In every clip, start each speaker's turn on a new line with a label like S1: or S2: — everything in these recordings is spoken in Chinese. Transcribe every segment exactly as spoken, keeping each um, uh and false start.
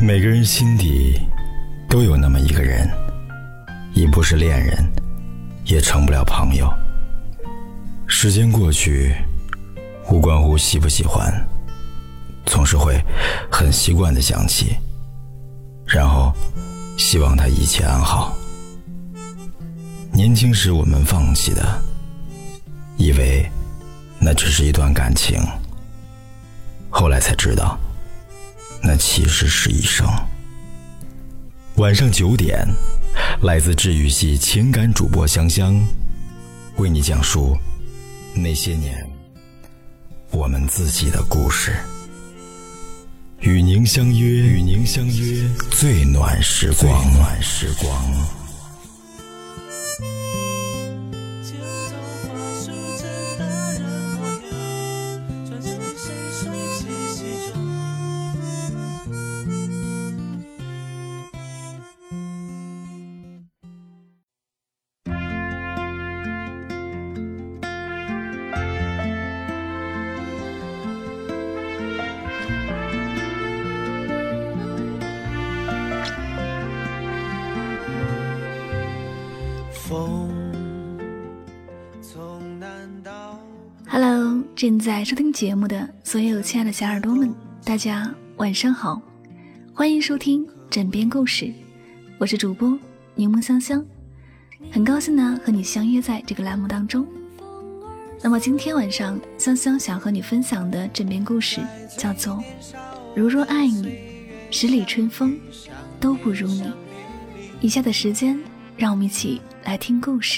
S1: 每个人心底都有那么一个人，已不是恋人，也成不了朋友。时间过去，无关乎喜不喜欢，总是会很习惯地想起，然后希望他一切安好。年轻时我们放弃的，以为那只是一段感情，后来才知道那其实是一生。晚上九点，来自治愈系情感主播香香，为你讲述那些年我们自己的故事。与您相约，与您相约最暖时光，最暖时光。
S2: Hello， 正在收听节目的所有亲爱的小耳朵们，大家晚上好，欢迎收听枕边故事，我是主播柠檬香香，很高兴呢和你相约在这个栏目当中。那么今天晚上香香想和你分享的枕边故事叫做如若爱你，十里春风都不如你。以下的时间让我们一起来听故事。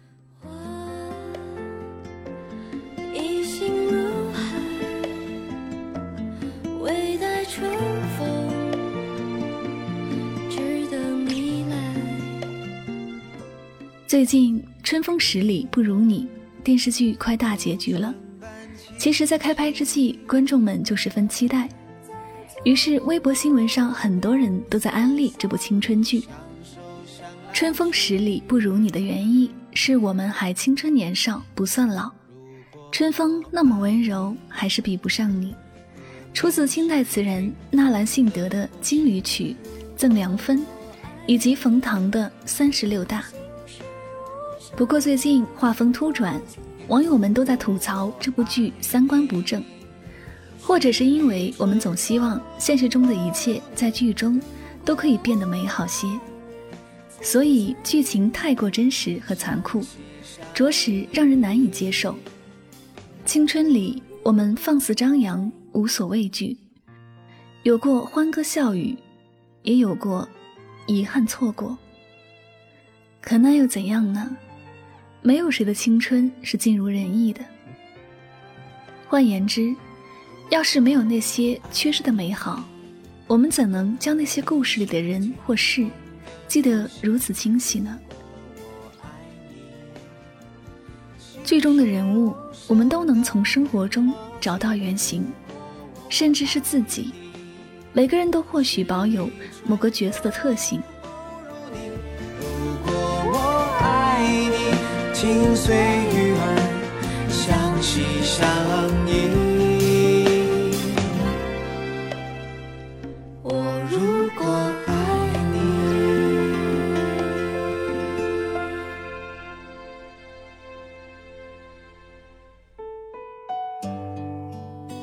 S2: 最近春风十里不如你电视剧快大结局了，其实在开拍之际，观众们就十分期待，于是微博新闻上很多人都在安利这部青春剧。春风十里不如你的原意是我们还青春年少不算老，春风那么温柔还是比不上你，出自清代词人纳兰性德的《金缕曲》《赠凉风》以及冯唐的《三十六大》。不过最近画风突转，网友们都在吐槽这部剧三观不正，或者是因为我们总希望现实中的一切在剧中都可以变得美好些，所以剧情太过真实和残酷，着实让人难以接受。青春里我们放肆张扬，无所畏惧，有过欢歌笑语，也有过遗憾错过，可那又怎样呢？没有谁的青春是尽如人意的。换言之，要是没有那些缺失的美好，我们怎能将那些故事里的人或事记得如此清晰呢？剧中的人物，我们都能从生活中找到原型，甚至是自己。每个人都或许保有某个角色的特性。
S3: 心随鱼儿相惜相依，我如果爱
S2: 你。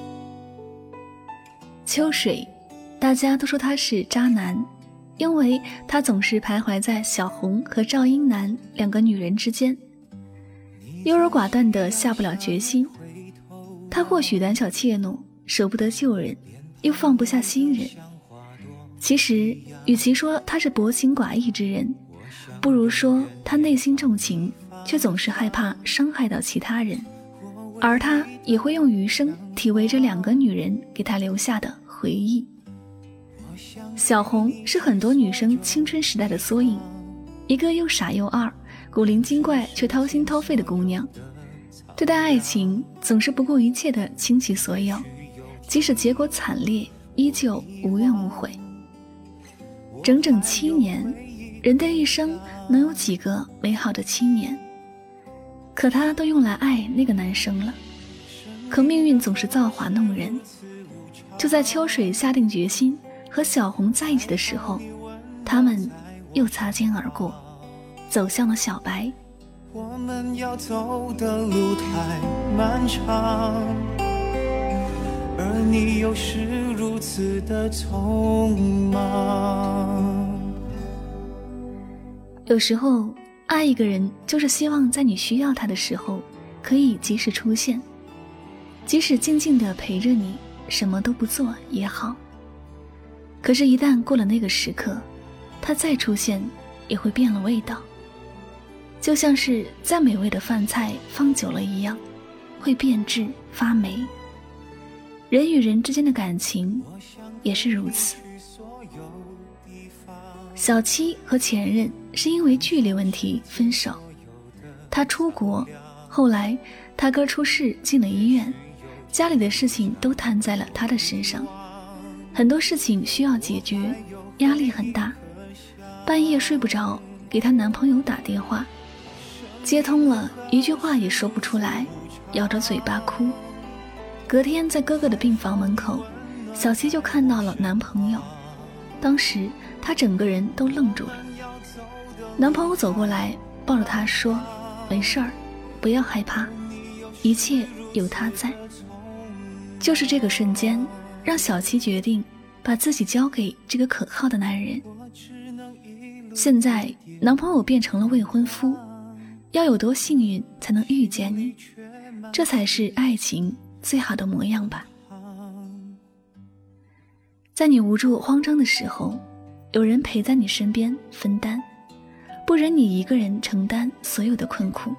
S2: 秋水，大家都说他是渣男，因为他总是徘徊在小红和赵英男两个女人之间，优柔寡断的下不了决心。他或许胆小怯懦，舍不得旧人，又放不下新人。其实与其说他是薄情寡义之人，不如说他内心重情，却总是害怕伤害到其他人，而他也会用余生体味这两个女人给他留下的回忆。小红是很多女生青春时代的缩影，一个又傻又二，古灵精怪却掏心掏肺的姑娘，对待爱情总是不顾一切地倾其所有，即使结果惨烈，依旧无怨无悔。整整七年，人的一生能有几个美好的七年？可她都用来爱那个男生了。可命运总是造化弄人，就在秋水下定决心和小红在一起的时候，他们又擦肩而过，走向了小白。
S3: 我们要走的路太漫长，而你又是如此的匆忙。
S2: 有时候爱一个人就是希望在你需要他的时候可以及时出现，即使静静地陪着你，什么都不做也好。可是一旦过了那个时刻，他再出现也会变了味道，就像是再美味的饭菜放久了一样，会变质发霉。人与人之间的感情也是如此。小七和前任是因为距离问题分手，他出国，后来他哥出事进了医院，家里的事情都摊在了他的身上，很多事情需要解决，压力很大。半夜睡不着，给她男朋友打电话，接通了，一句话也说不出来，咬着嘴巴哭。隔天在哥哥的病房门口，小七就看到了男朋友，当时她整个人都愣住了。男朋友走过来抱着她说，没事儿，不要害怕，一切有他在。就是这个瞬间，让小七决定把自己交给这个可靠的男人。现在男朋友变成了未婚夫，要有多幸运才能遇见你，这才是爱情最好的模样吧。在你无助慌张的时候，有人陪在你身边分担，不忍你一个人承担所有的困苦。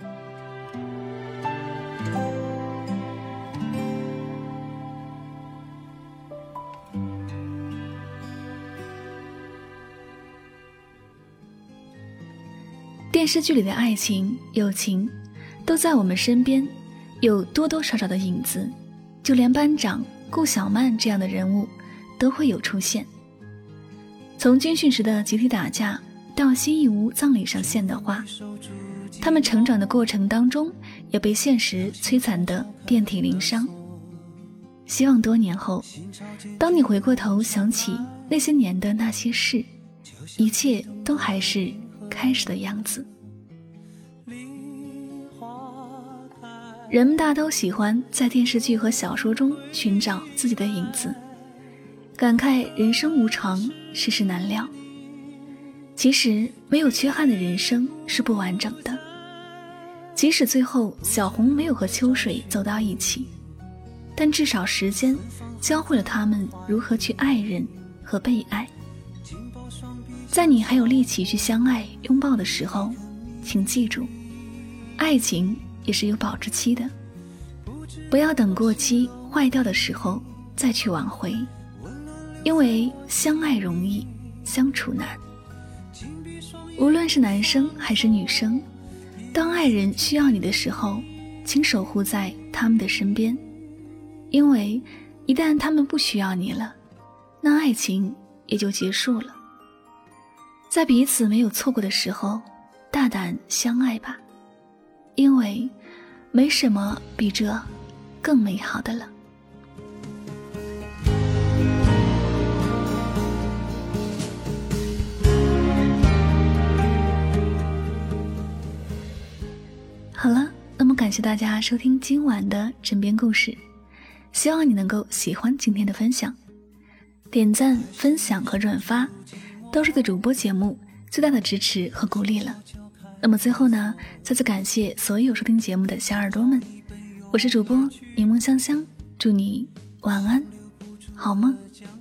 S2: 电视剧里的爱情、友情都在我们身边有多多少少的影子，就连班长顾小曼这样的人物都会有出现。从军训时的集体打架到新义屋葬礼上献的花，他们成长的过程当中也被现实摧残得遍体鳞伤。希望多年后，当你回过头想起那些年的那些事，一切都还是开始的样子。人们大都喜欢在电视剧和小说中寻找自己的影子，感慨人生无常，世事难料。其实没有缺憾的人生是不完整的，即使最后小红没有和秋水走到一起，但至少时间教会了他们如何去爱人和被爱。在你还有力气去相爱拥抱的时候，请记住，爱情也是有保质期的，不要等过期坏掉的时候再去挽回，因为相爱容易，相处难。无论是男生还是女生，当爱人需要你的时候，请守护在他们的身边，因为一旦他们不需要你了，那爱情也就结束了。在彼此没有错过的时候，大胆相爱吧，因为没什么比这更美好的了。好了，那么感谢大家收听今晚的枕边故事，希望你能够喜欢今天的分享，点赞、分享和转发都是对主播节目最大的支持和鼓励了。那么最后呢，再次感谢所有收听节目的小耳朵们，我是主播柠檬香香，祝你晚安好梦。